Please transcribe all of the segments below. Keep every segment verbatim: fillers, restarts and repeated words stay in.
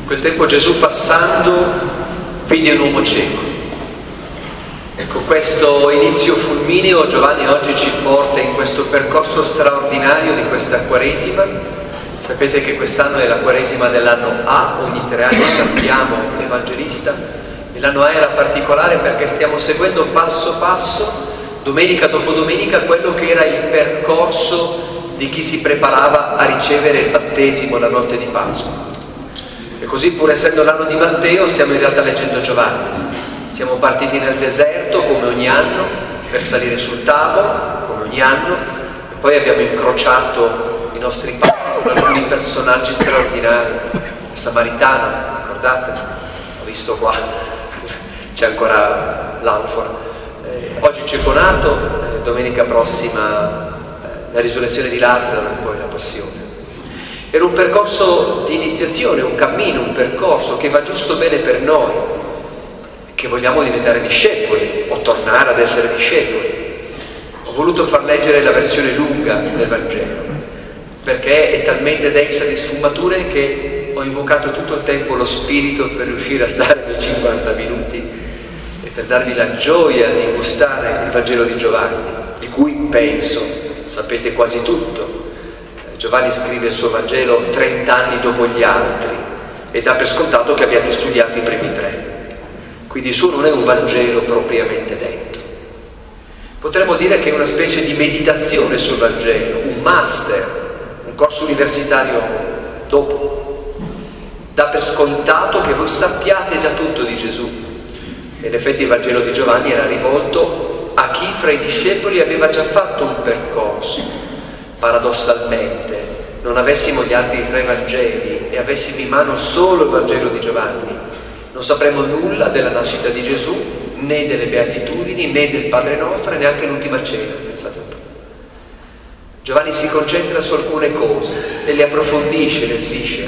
In quel tempo Gesù, passando, vide un uomo cieco. Ecco, questo inizio fulmineo Giovanni oggi ci porta in questo percorso straordinario di questa Quaresima. Sapete che quest'anno è la Quaresima dell'anno A, ogni tre anni cambiamo l'Evangelista, e l'anno A era particolare perché stiamo seguendo passo passo, domenica dopo domenica, quello che era il percorso di chi si preparava a ricevere il battesimo la notte di Pasqua. E così, pur essendo l'anno di Matteo, stiamo in realtà leggendo Giovanni. Siamo partiti nel deserto, come ogni anno, per salire sul tavolo, come ogni anno, e poi abbiamo incrociato i nostri passi con alcuni personaggi straordinari. La Samaritana, ricordate? Ho visto qua, c'è ancora l'anfora. Eh, oggi c'è Conato, eh, domenica prossima eh, la risurrezione di Lazzaro e poi la passione. Era un percorso di iniziazione, un cammino, un percorso che va giusto bene per noi, che vogliamo diventare discepoli o tornare ad essere discepoli. Ho voluto far leggere la versione lunga del Vangelo, perché è talmente densa di sfumature che ho invocato tutto il tempo lo Spirito per riuscire a stare nei cinquanta minuti e per darvi la gioia di gustare il Vangelo di Giovanni, di cui penso sapete quasi tutto. Giovanni scrive il suo Vangelo trent'anni dopo gli altri e dà per scontato che abbiate studiato i primi tre. Quindi il suo non è un Vangelo propriamente detto. Potremmo dire che è una specie di meditazione sul Vangelo, un master, un corso universitario dopo. Dà per scontato che voi sappiate già tutto di Gesù. E in effetti il Vangelo di Giovanni era rivolto a chi fra i discepoli aveva già fatto un percorso. Paradossalmente, non avessimo gli altri tre Vangeli e avessimo in mano solo il Vangelo di Giovanni, non sapremmo nulla della nascita di Gesù, né delle Beatitudini, né del Padre Nostro, e neanche l'ultima cena, pensate un po'. Giovanni si concentra su alcune cose e le approfondisce, le sviscera.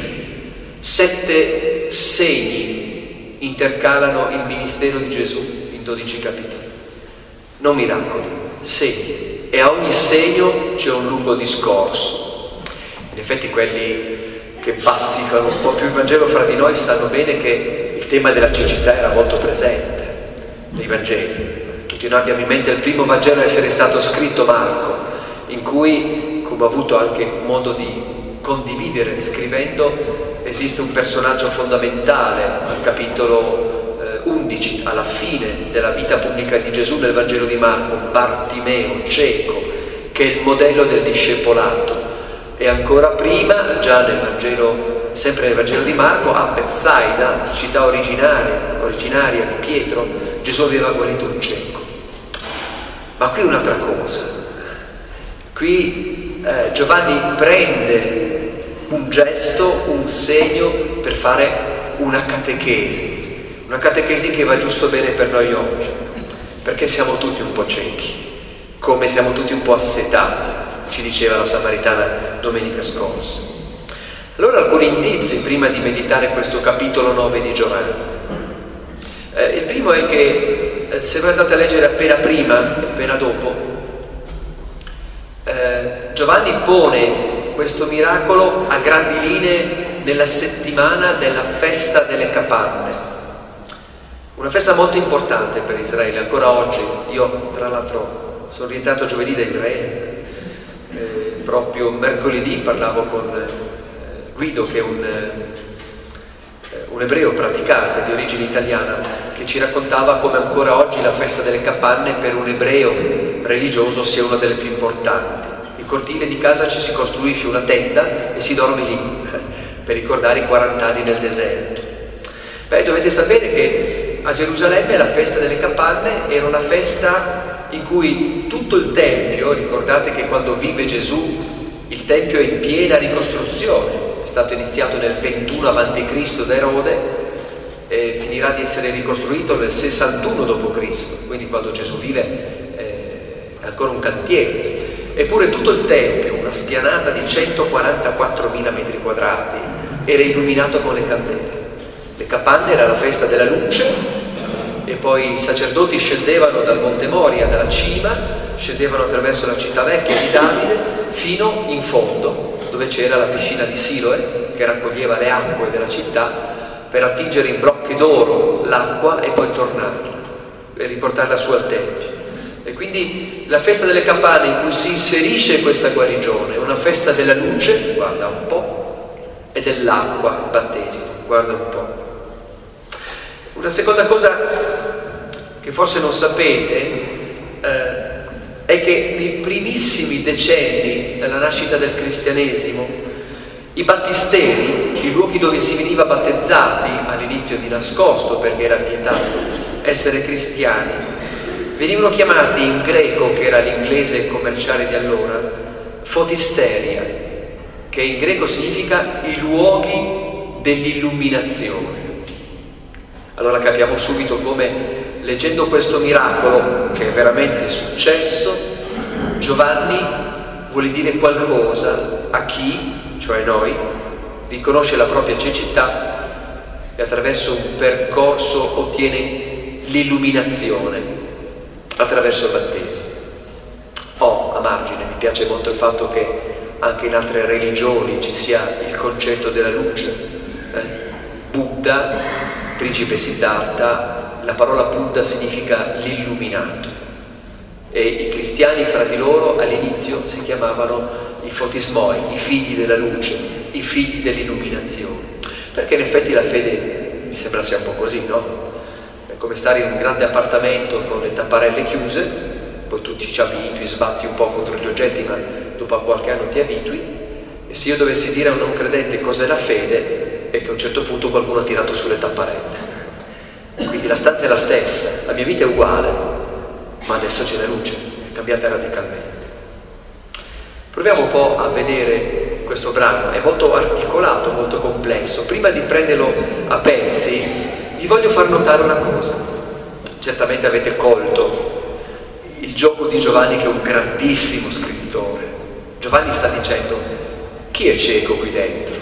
Sette segni intercalano il ministero di Gesù in dodici capitoli. Non miracoli, segni. E a ogni segno c'è un lungo discorso. In effetti quelli che bazzicano un po' più il Vangelo fra di noi sanno bene che il tema della cecità era molto presente nei Vangeli. Tutti noi abbiamo in mente il primo Vangelo a essere stato scritto, Marco, in cui, come ho avuto anche modo di condividere scrivendo, esiste un personaggio fondamentale al capitolo undici, alla fine della vita pubblica di Gesù nel Vangelo di Marco, Bartimeo, cieco, che è il modello del discepolato. E ancora prima, già nel Vangelo, sempre nel Vangelo di Marco, a Betsaida, città originaria, originaria di Pietro, Gesù aveva guarito un cieco. Ma qui un'altra cosa. Qui eh, Giovanni prende un gesto, un segno per fare una catechesi. Una catechesi che va giusto bene per noi oggi, perché siamo tutti un po' ciechi, come siamo tutti un po' assetati, ci diceva la Samaritana domenica scorsa. Allora alcuni indizi prima di meditare questo capitolo nove di Giovanni. Eh, il primo è che eh, se voi andate a leggere appena prima e appena dopo, eh, Giovanni pone questo miracolo a grandi linee nella settimana della festa delle capanne. Una festa molto importante per Israele, ancora oggi. Io tra l'altro sono rientrato giovedì da Israele, eh, proprio mercoledì parlavo con eh, Guido, che è un, eh, un ebreo praticante di origine italiana, che ci raccontava come ancora oggi la festa delle capanne per un ebreo religioso sia una delle più importanti. Nel cortile di casa ci si costruisce una tenda e si dorme lì per ricordare i quaranta anni nel deserto. Beh, dovete sapere che a Gerusalemme la festa delle capanne era una festa in cui tutto il Tempio, ricordate che quando vive Gesù il Tempio è in piena ricostruzione, è stato iniziato nel ventuno avanti Cristo da Erode e finirà di essere ricostruito nel sessantuno dopo Cristo, quindi quando Gesù vive eh, è ancora un cantiere. Eppure tutto il Tempio, una spianata di centoquarantaquattromila metri quadrati, era illuminato con le candele. Le capanne era la festa della luce e poi i sacerdoti scendevano dal Monte Moria, dalla cima, scendevano attraverso la città vecchia di Davide fino in fondo, dove c'era la piscina di Siloe che raccoglieva le acque della città, per attingere in brocche d'oro l'acqua e poi tornarla, e riportarla su al Tempio. E quindi la festa delle campane in cui si inserisce questa guarigione è una festa della luce, guarda un po', e dell'acqua, il battesimo, guarda un po'. Una seconda cosa che forse non sapete eh, è che nei primissimi decenni della nascita del cristianesimo i battisteri, i luoghi dove si veniva battezzati, all'inizio di nascosto perché era vietato essere cristiani, venivano chiamati in greco, che era l'inglese commerciale di allora, fotisteria, che in greco significa i luoghi dell'illuminazione. Allora capiamo subito come, leggendo questo miracolo che è veramente successo, Giovanni vuole dire qualcosa a chi, cioè noi, riconosce la propria cecità e attraverso un percorso ottiene l'illuminazione attraverso il battesimo. Oh, a margine, mi piace molto il fatto che anche in altre religioni ci sia il concetto della luce. Eh? Buddha, principe Siddhartha, la parola Buddha significa l'illuminato, e i cristiani fra di loro all'inizio si chiamavano i fotismoi, i figli della luce, i figli dell'illuminazione, perché in effetti la fede mi sembra sia un po' così, no? È come stare in un grande appartamento con le tapparelle chiuse, poi tu ci abitui, sbatti un po' contro gli oggetti, ma dopo qualche anno ti abitui. E se io dovessi dire a un non credente cos'è la fede, è che a un certo punto qualcuno ha tirato sulle tapparelle. Quindi la stanza è la stessa, la mia vita è uguale, ma adesso c'è la luce, è cambiata radicalmente. Proviamo un po' a vedere questo brano, è molto articolato, molto complesso. Prima di prenderlo a pezzi, vi voglio far notare una cosa. Certamente avete colto il gioco di Giovanni, che è un grandissimo scrittore. Giovanni sta dicendo: chi è cieco qui dentro?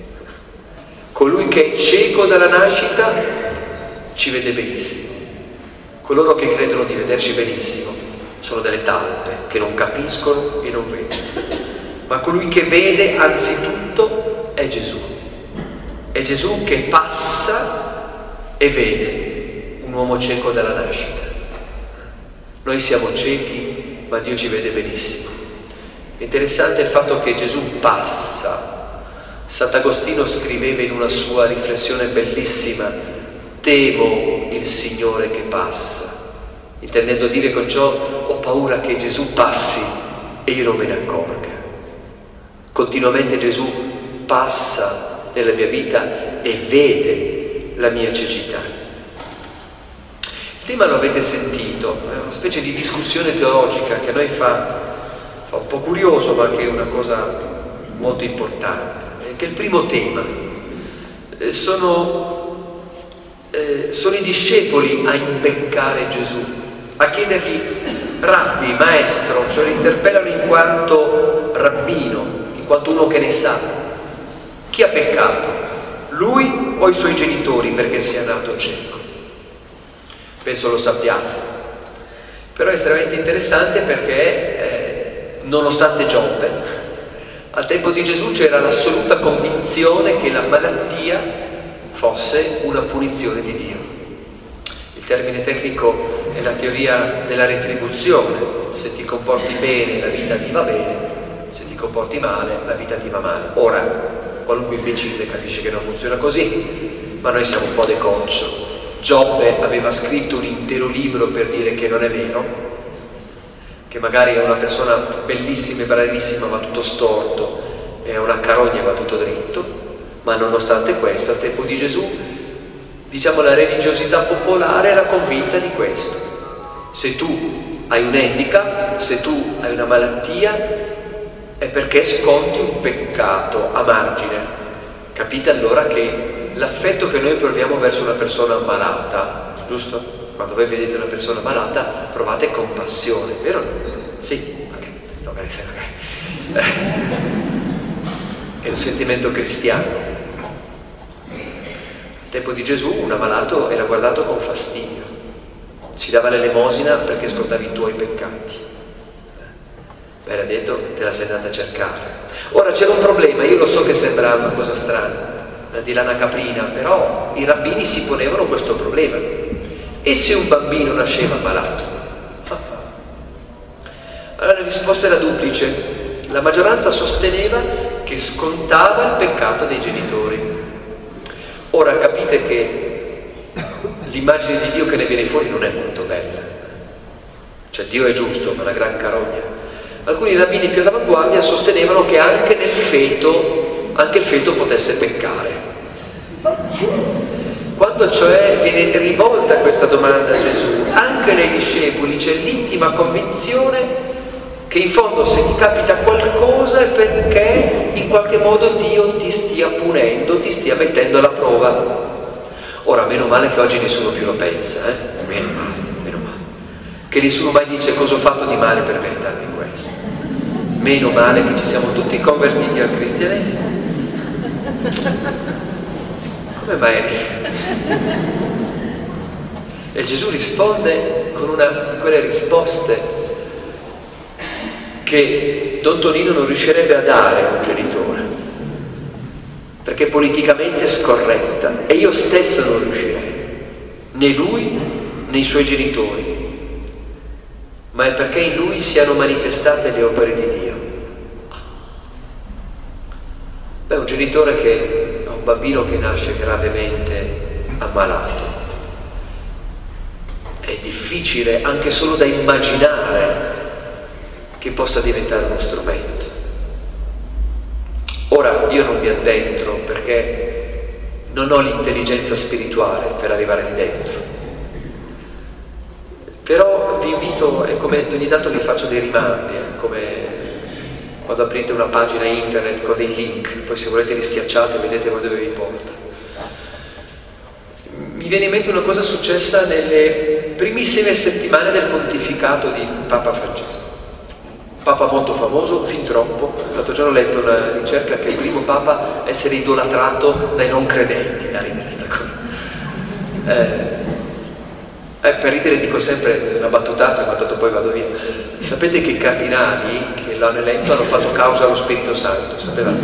Colui che è cieco dalla nascita ci vede benissimo. Coloro che credono di vederci benissimo sono delle talpe che non capiscono e non vedono. Ma colui che vede anzitutto è Gesù. È Gesù che passa e vede un uomo cieco dalla nascita. Noi siamo ciechi, ma Dio ci vede benissimo. È interessante il fatto che Gesù passa. Sant'Agostino scriveva in una sua riflessione bellissima: temo il Signore che passa, intendendo dire con ciò: ho paura che Gesù passi e io non me ne accorga. Continuamente Gesù passa nella mia vita e vede la mia cecità. Il tema lo avete sentito, è una specie di discussione teologica che a noi fa, fa un po' curioso, ma che è una cosa molto importante. È che il primo tema eh, sono, eh, sono i discepoli a imbeccare Gesù, a chiedergli: rabbi, maestro, cioè lo interpellano in quanto rabbino, in quanto uno che ne sa. Chi ha peccato? Lui o i suoi genitori perché sia nato cieco? Penso lo sappiate. Però è estremamente interessante perché eh, nonostante Giobbe, al tempo di Gesù c'era l'assoluta convinzione che la malattia fosse una punizione di Dio. Il termine tecnico è la teoria della retribuzione: se ti comporti bene la vita ti va bene, se ti comporti male la vita ti va male. Ora, qualunque imbecille capisce che non funziona così, ma noi siamo un po' deconcio. Giobbe aveva scritto un intero libro per dire che non è vero, che magari è una persona bellissima e bravissima va tutto storto, è una carogna va tutto dritto, ma nonostante questo al tempo di Gesù, diciamo, la religiosità popolare era convinta di questo: se tu hai un handicap, se tu hai una malattia, è perché sconti un peccato a margine. Capite allora che l'affetto che noi proviamo verso una persona malata, giusto? Quando voi vedete una persona malata provate compassione, vero? Sì, ok, no, magari sei magari. È un sentimento cristiano. Al tempo di Gesù un ammalato era guardato con fastidio, si dava l'elemosina perché scontavi i tuoi peccati. Beh, era detto: te la sei andata a cercare. Ora c'era un problema, io lo so che sembra una cosa strana, di lana caprina, però i rabbini si ponevano questo problema. E se un bambino nasceva malato? Allora la risposta era duplice. La maggioranza sosteneva che scontava il peccato dei genitori. Ora capite che l'immagine di Dio che ne viene fuori non è molto bella. Cioè Dio è giusto, ma una gran carogna. Alcuni rabbini più all'avanguardia sostenevano che anche nel feto, anche il feto potesse peccare. Quando cioè viene rivolta questa domanda a Gesù, anche nei discepoli c'è l'intima convinzione che in fondo se ti capita qualcosa è perché in qualche modo Dio ti stia punendo, ti stia mettendo alla prova. Ora, meno male che oggi nessuno più lo pensa, eh? Meno male, meno male. Che nessuno mai dice cosa ho fatto di male per meritarmi questo. Meno male che ci siamo tutti convertiti al cristianesimo. Come mai? E Gesù risponde con una di quelle risposte che Don Tonino non riuscirebbe a dare a un genitore, perché è politicamente scorretta, e io stesso non riuscirei, né lui né i suoi genitori, ma è perché in lui siano manifestate le opere di Dio. Beh, un genitore che ha un bambino che nasce gravemente ammalato, è difficile anche solo da immaginare che possa diventare uno strumento. Ora io non mi addentro perché non ho l'intelligenza spirituale per arrivare lì dentro, però vi invito, è come ogni tanto vi faccio dei rimandi, eh, come quando aprite una pagina internet con dei link, poi se volete li schiacciate e vedete voi dove vi porta. Mi viene in mente una cosa successa nelle primissime settimane del pontificato di Papa Francesco. Papa molto famoso, fin troppo. L'altro giorno ho letto una ricerca che è il primo Papa a essere idolatrato dai non credenti, da ridere sta cosa. Eh, eh, per ridere dico sempre una battutaccia, ma tanto poi vado via. Sapete che i cardinali che l'hanno eletto hanno fatto causa allo Spirito Santo, sapevate?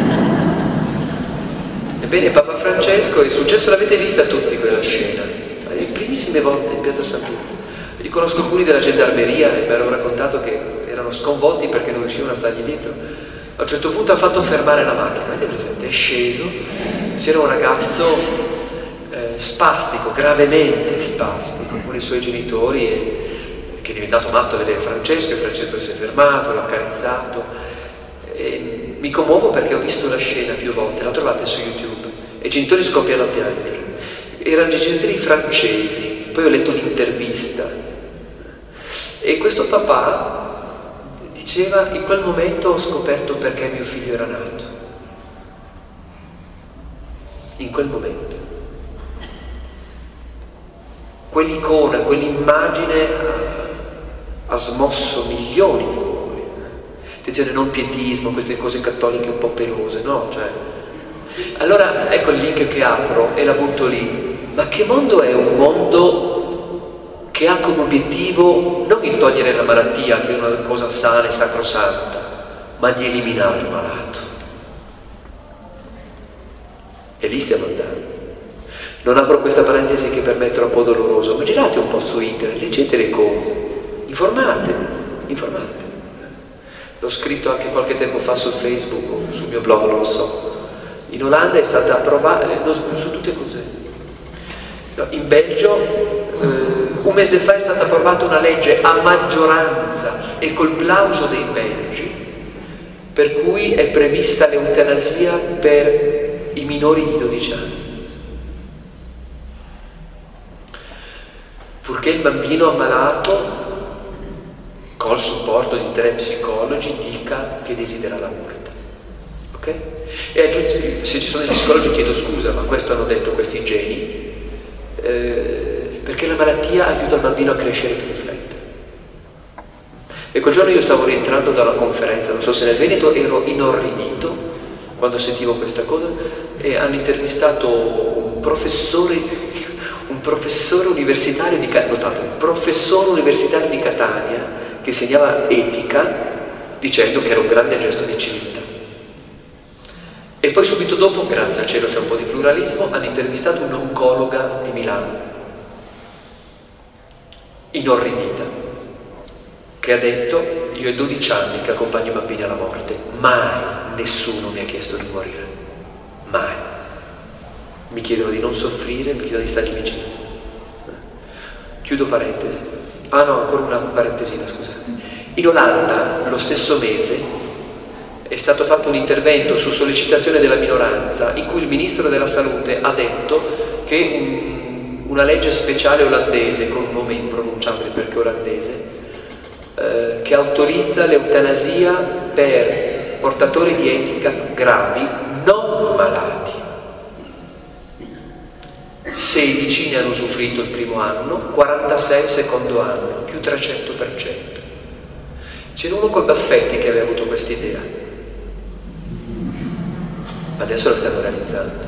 Ebbene, Papa Francesco, è successo, l'avete vista tutti quella scena, le primissime volte in piazza San Pietro. Li conosco alcuni della gendarmeria e mi hanno raccontato che erano sconvolti perché non riuscivano a stargli dietro. A un certo punto ha fatto fermare la macchina, avete presente? È sceso, c'era un ragazzo eh, spastico, gravemente spastico, con i suoi genitori, e, che è diventato matto a vedere Francesco, e Francesco si è fermato, l'ha accarezzato. E mi commuovo perché ho visto la scena più volte, la trovate su YouTube, e i genitori scoppiano a piangere. Erano i genitori francesi, poi ho letto l'intervista. E questo papà diceva: in quel momento ho scoperto perché mio figlio era nato. In quel momento. Quell'icona, quell'immagine ha, ha smosso milioni di cuori. Attenzione, non pietismo, queste cose cattoliche un po' pelose, no? Cioè, allora ecco il link che apro e la butto lì. Ma che mondo è un mondo che ha come obiettivo non il togliere la malattia, che è una cosa sana e sacrosanta, ma di eliminare il malato? E lì stiamo andando. Non apro questa parentesi che per me è troppo doloroso, ma girate un po' su internet, leggete le cose, informate, informate. L'ho scritto anche qualche tempo fa su Facebook o sul mio blog, non lo so. In Olanda è stata approvata, no, su tutte cose. No, in Belgio eh, un mese fa è stata approvata una legge a maggioranza e col plauso dei belgi, per cui è prevista l'eutanasia per i minori di dodici anni, purché il bambino ammalato, col supporto di tre psicologi, dica che desidera la morte. Ok? E se ci sono degli psicologi chiedo scusa, ma questo hanno detto questi geni, eh, perché la malattia aiuta il bambino a crescere più in fretta. E quel giorno io stavo rientrando da una conferenza, non so se nel Veneto, ero inorridito quando sentivo questa cosa, e hanno intervistato un professore, un professore universitario di notate, un professore universitario di Catania che insegnava etica, dicendo che era un grande gesto di civiltà. E poi subito dopo, grazie al cielo c'è un po' di pluralismo, hanno intervistato un'oncologa di Milano, inorridita, che ha detto: io ho dodici anni che accompagno i bambini alla morte, mai nessuno mi ha chiesto di morire, mai. Mi chiedono di non soffrire, mi chiedono di stargli vicino. Chiudo parentesi. Ah no, ancora una parentesina, scusate. In Olanda, lo stesso mese, è stato fatto un intervento su sollecitazione della minoranza in cui il ministro della salute ha detto che un, una legge speciale olandese, con un nome impronunciabile perché olandese, eh, che autorizza l'eutanasia per portatori di handicap gravi non malati. sedici ne hanno usufruito il primo anno, quarantasei il secondo anno, più trecento per cento. C'era uno con i baffetti che aveva avuto questa idea. Adesso la stiamo realizzando.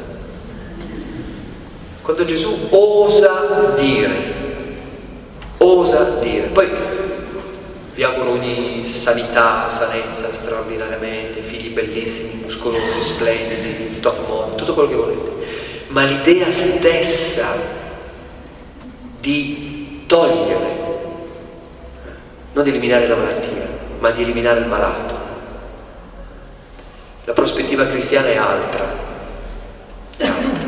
Quando Gesù osa dire, osa dire, poi vi auguro ogni sanità, sanezza straordinariamente, figli bellissimi, muscolosi, splendidi, top model, tutto quello che volete, ma l'idea stessa di togliere, non di eliminare la malattia, ma di eliminare il malato. La prospettiva cristiana è altra, è altra.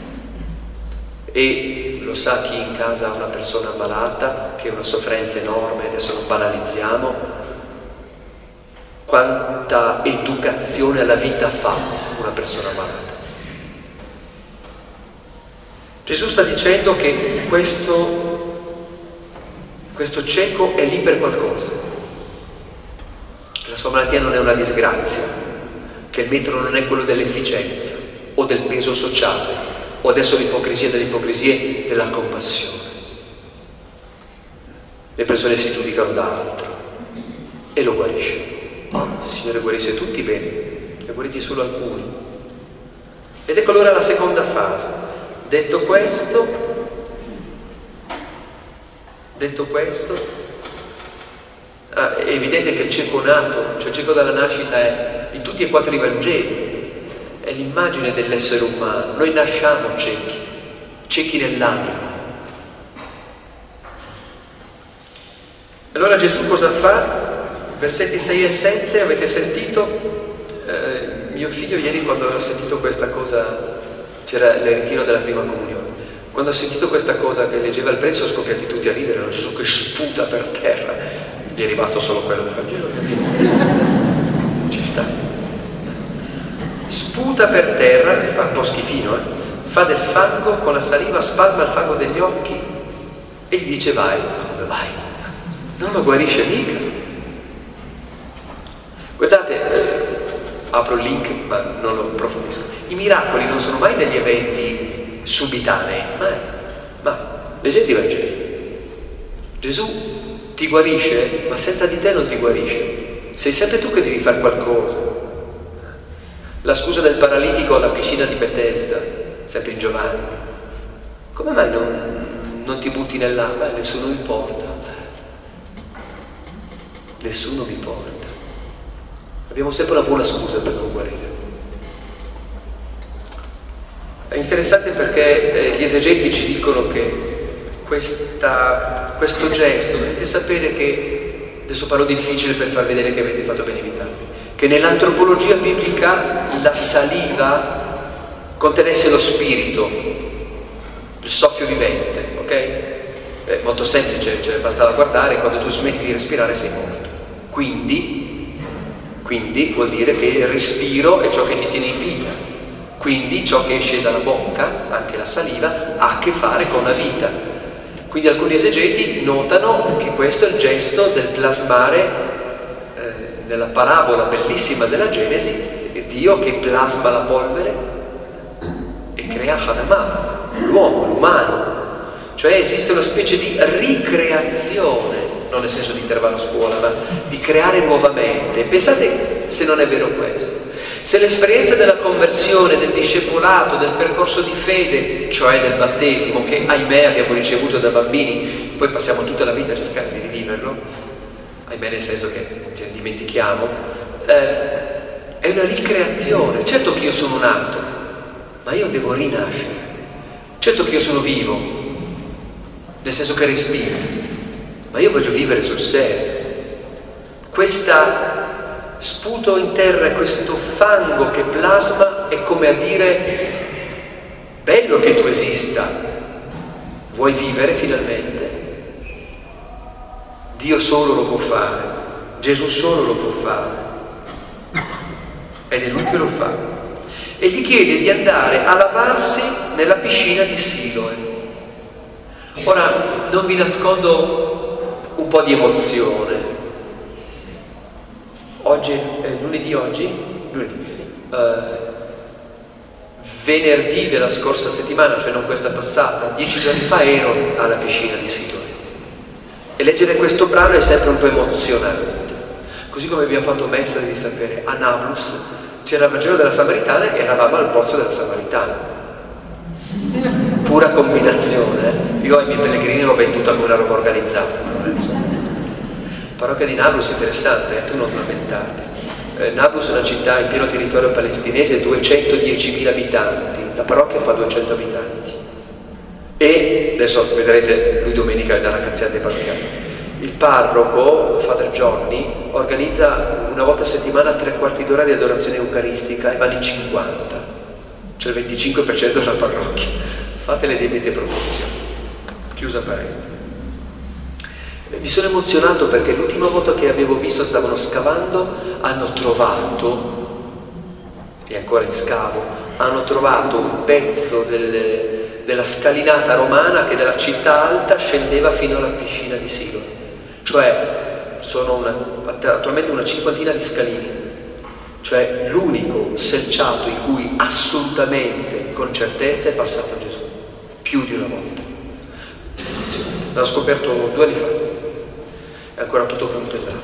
E lo sa chi in casa ha una persona malata, che è una sofferenza enorme, adesso non banalizziamo, quanta educazione alla vita fa una persona malata. Gesù sta dicendo che questo, questo cieco è lì per qualcosa, che la sua malattia non è una disgrazia, che il metro non è quello dell'efficienza o del peso sociale o adesso l'ipocrisia delle ipocrisie della compassione. Le persone si giudicano da altro e lo guarisce. Oh, il Signore guarisce tutti bene, ne ha guariti solo alcuni. Ed ecco allora la seconda fase. Detto questo, detto questo, ah, è evidente che il cieco nato, cioè il cieco dalla nascita è in tutti e quattro i Vangeli, è l'immagine dell'essere umano. Noi nasciamo ciechi, ciechi nell'anima. Allora Gesù cosa fa? Versetti sei e sette, avete sentito? Eh, mio figlio ieri, quando ho sentito questa cosa, c'era il ritiro della prima comunione, quando ho sentito questa cosa che leggeva il prezzo, scoppiati tutti a ridere, no? Gesù che sputa per terra, gli è rimasto solo quello del Vangelo, ci sta. Sputa per terra, fa un po' schifino, eh? Fa del fango, con la saliva spalma il fango degli occhi e gli dice vai. Ma come vai? Non lo guarisce mica. Guardate, apro il link ma non lo approfondisco. I miracoli non sono mai degli eventi subitanei, mai, mai. Leggete i Vangeli. Gesù ti guarisce, ma senza di te non ti guarisce. Sei sempre tu che devi fare qualcosa. La scusa del paralitico alla piscina di Bethesda, sempre in Giovanni. Come mai non, non ti butti nell'acqua? Nessuno mi porta. Nessuno mi porta. Abbiamo sempre una buona scusa per non guarire. È interessante perché eh, gli esegeti ci dicono che questa, questo gesto, dovete sapere che, adesso parlo difficile per far vedere che avete fatto bene imitarmi, che nell'antropologia biblica la saliva contenesse lo spirito, il soffio vivente, ok? È molto semplice, cioè bastava guardare, quando tu smetti di respirare sei morto. Quindi, quindi vuol dire che il respiro è ciò che ti tiene in vita, quindi ciò che esce dalla bocca, anche la saliva, ha a che fare con la vita. Quindi alcuni esegeti notano che questo è il gesto del plasmare nella parabola bellissima della Genesi, Dio che plasma la polvere e crea Adama, l'uomo, l'umano. Cioè esiste una specie di ricreazione, non nel senso di intervallo scuola, ma di creare nuovamente. Pensate se non è vero questo. Se l'esperienza della conversione, del discepolato, del percorso di fede, cioè del battesimo, che ahimè abbiamo ricevuto da bambini, poi passiamo tutta la vita a cercare di riviverlo, ahimè nel senso che ce ne dimentichiamo, eh, è una ricreazione. Certo che io sono nato, ma io devo rinascere. Certo che io sono vivo, nel senso che respiro, ma io voglio vivere sul serio. Questa sputo in terra, questo fango che plasma, è come a dire: bello che tu esista, vuoi vivere finalmente? Dio solo lo può fare, Gesù solo lo può fare, ed è Lui che lo fa. E gli chiede di andare a lavarsi nella piscina di Siloe. Ora, non vi nascondo un po' di emozione. Oggi, è lunedì oggi? Lunedì. Uh, venerdì della scorsa settimana, cioè non questa passata, dieci giorni fa ero alla piscina di Siloe. E leggere questo brano è sempre un po' emozionante. Così come abbiamo fatto messa, devi sapere, a Nablus c'era il Vangelo della Samaritana e eravamo al pozzo della Samaritana. Pura combinazione. Eh? Io ai miei pellegrini l'ho venduta come una roba organizzata. Parrocchia di Nablus è interessante, eh? Tu non lamentarti. Eh, Nablus è una città in pieno territorio palestinese, duecentodiecimila abitanti. La parrocchia fa duecento abitanti. E adesso vedrete lui domenica dalla cazziata parrocchiale. Il parroco, Father Johnny, organizza una volta a settimana tre quarti d'ora di adorazione eucaristica e vanno in cinquanta, cioè il venticinque per cento della parrocchia. Fate le debite proporzioni. Chiusa parentesi. Mi sono emozionato perché l'ultima volta che avevo visto, stavano scavando, hanno trovato, e ancora in scavo, hanno trovato un pezzo del, della scalinata romana che dalla città alta scendeva fino alla piscina di Siloe. Cioè, sono una, attualmente una cinquantina di scalini, cioè l'unico selciato in cui assolutamente, con certezza, è passato Gesù, più di una volta. L'ho scoperto due anni fa, è ancora tutto puntellato.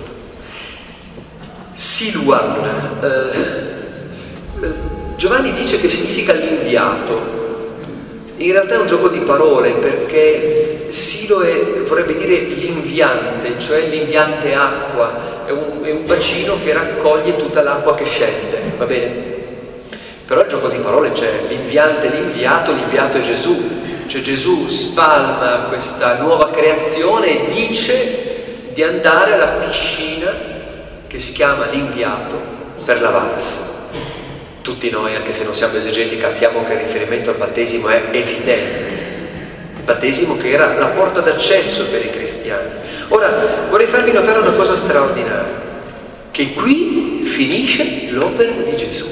Siluan, eh, eh, Giovanni dice che significa l'inviato. In realtà è un gioco di parole, perché Siloe vorrebbe dire l'inviante, cioè l'inviante acqua, è un, è un bacino che raccoglie tutta l'acqua che scende, va bene? Però il gioco di parole c'è, l'inviante, l'inviato, l'inviato è Gesù, cioè Gesù spalma questa nuova creazione e dice di andare alla piscina che si chiama l'inviato per lavarsi. Tutti noi, anche se non siamo esegeti, capiamo che il riferimento al battesimo è evidente. Il battesimo che era la porta d'accesso per i cristiani. Ora, vorrei farvi notare una cosa straordinaria, che qui finisce l'opera di Gesù.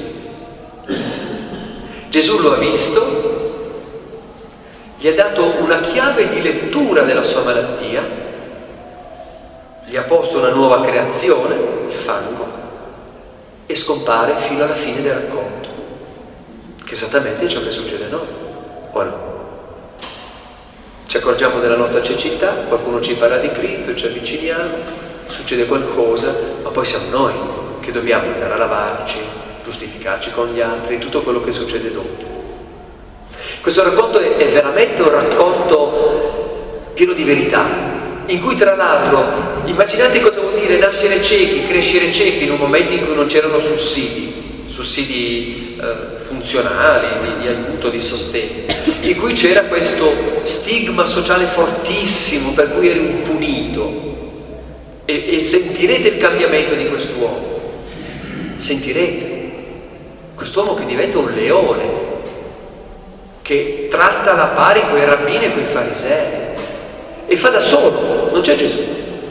Gesù lo ha visto, gli ha dato una chiave di lettura della sua malattia, gli ha posto una nuova creazione, il fango, e scompare fino alla fine del racconto, che è esattamente ciò che succede a noi, o no? Ci accorgiamo della nostra cecità, qualcuno ci parla di Cristo, ci avviciniamo, succede qualcosa, ma poi siamo noi che dobbiamo andare a lavarci, giustificarci con gli altri, tutto quello che succede dopo. Questo racconto è, è veramente un racconto pieno di verità, in cui tra l'altro, immaginate cosa vuol dire nascere ciechi, crescere ciechi in un momento in cui non c'erano sussidi, sussidi eh, funzionali, di, di aiuto, di sostegno, in cui c'era questo stigma sociale fortissimo per cui eri un punito. E, e sentirete il cambiamento di quest'uomo, sentirete quest'uomo che diventa un leone, che tratta alla pari coi rabbini e coi farisei, e fa da solo, non c'è Gesù.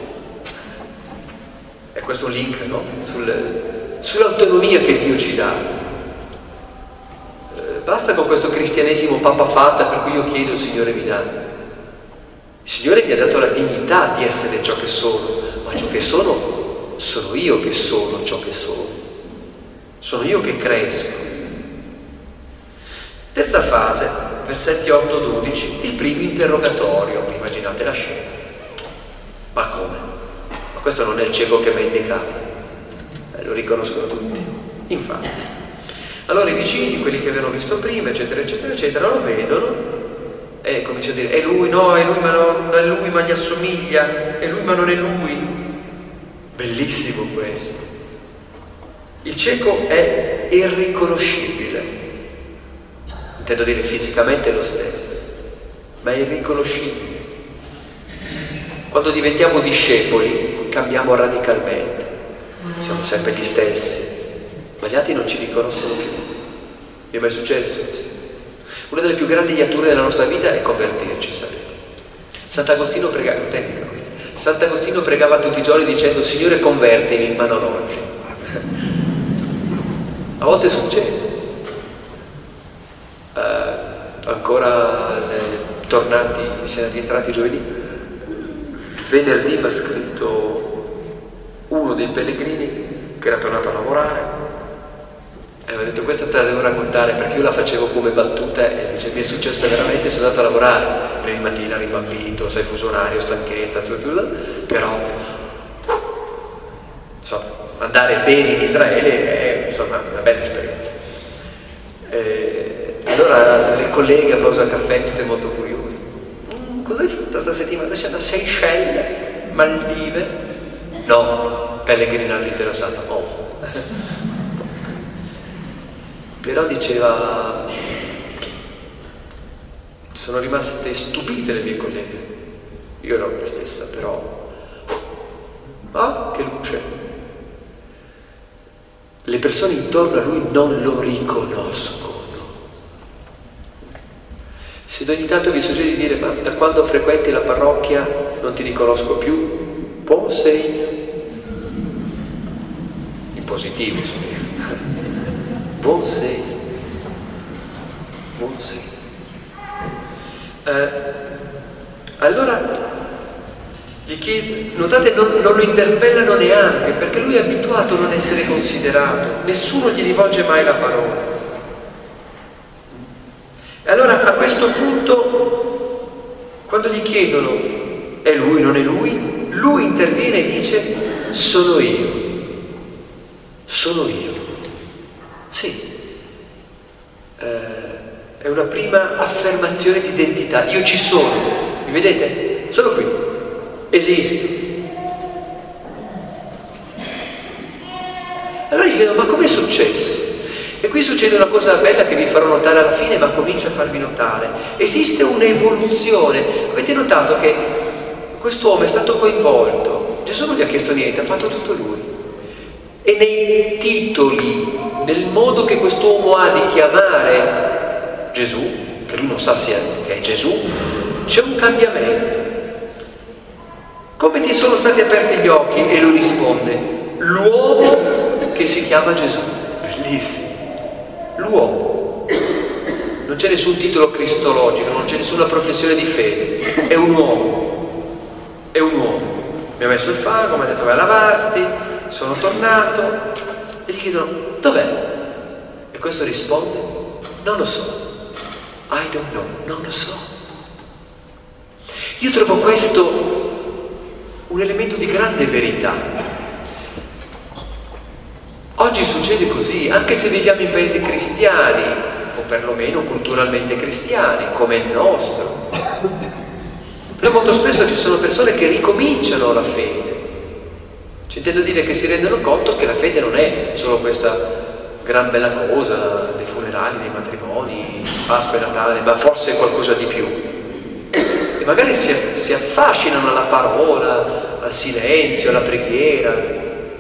E questo è un link, no? Sul, sull'autonomia che Dio ci dà. Eh, basta con questo cristianesimo pappa fatta per cui io chiedo, il Signore mi dà. Il Signore mi ha dato la dignità di essere ciò che sono, ma ciò che sono, sono io che sono ciò che sono. Sono io che cresco. Terza fase, versetti otto dodici, il primo interrogatorio. Immaginate la scena. Ma come? Ma questo non è il cieco che mendica, eh, lo riconoscono tutti. Infatti, allora i vicini, quelli che avevano visto prima, eccetera, eccetera, eccetera, lo vedono e cominciano a dire: è lui, no, è lui, ma non è lui, ma gli assomiglia, è lui, ma non è lui. Bellissimo questo. Il cieco è irriconoscibile, intendo dire fisicamente lo stesso, ma è irriconoscibile. Quando diventiamo discepoli cambiamo radicalmente, siamo sempre gli stessi, ma gli altri non ci riconoscono più. Vi è mai successo? Una delle più grandi iature della nostra vita è convertirci, sapete? Sant'Agostino pregava, Sant'Agostino pregava tutti i giorni dicendo: Signore, convertimi, ma non oggi. A volte succede. Uh, ancora eh, tornati, siamo rientrati giovedì, venerdì mi ha scritto uno dei pellegrini che era tornato a lavorare e mi ha detto: questa te la devo raccontare perché io la facevo come battuta, e dice: mi è successa veramente, sono andato a lavorare ieri mattina, rimbambito, sai, fuso orario, stanchezza, però insomma, andare bene in Israele è insomma una bella esperienza. E allora le colleghe a pausa caffè tutte molto curiose: mm, cosa hai fatto questa settimana? Noi siamo a Seychelles, Maldive? No, pellegrinaggio interessato, no. Però diceva, sono rimaste stupite le mie colleghe, io ero me stessa, però ah, che luce. Le persone intorno a lui non lo riconoscono. Se ogni tanto vi succede di dire: ma da quando frequenti la parrocchia non ti riconosco più, buon segno, in positivo, buon segno, buon segno. Eh, allora gli chiede, notate, non, non lo interpellano neanche, perché lui è abituato a non essere considerato, nessuno gli rivolge mai la parola. E allora a questo punto, quando gli chiedono è lui, non è lui, lui interviene e dice: sono io, sono io. Sì, eh, è una prima affermazione di identità. Io ci sono, mi vedete? Sono qui, esisto. Allora gli chiedo: ma com'è successo? E qui succede una cosa bella che vi farò notare alla fine, ma comincio a farvi notare. Esiste un'evoluzione. Avete notato che quest'uomo è stato coinvolto, Gesù non gli ha chiesto niente, ha fatto tutto lui. E nei titoli, nel modo che quest'uomo ha di chiamare Gesù, che lui non sa sia che è Gesù, c'è un cambiamento. Come ti sono stati aperti gli occhi? E lui risponde: l'uomo che si chiama Gesù. Bellissimo. L'uomo. Non c'è nessun titolo cristologico, non c'è nessuna professione di fede. È un uomo. È un uomo. Mi ha messo il fango, mi ha detto: vai a lavarti. Sono tornato. E gli chiedono: dov'è? E questo risponde: non lo so. I don't know. Non lo so. Io trovo questo un elemento di grande verità. Oggi succede così, anche se viviamo in paesi cristiani, o perlomeno culturalmente cristiani, come il nostro. Però molto spesso ci sono persone che ricominciano la fede. Ci intendo dire che si rendono conto che la fede non è solo questa gran bella cosa dei funerali, dei matrimoni, Pasqua e Natale, ma forse qualcosa di più. E magari si, si affascinano alla parola, al silenzio, alla preghiera,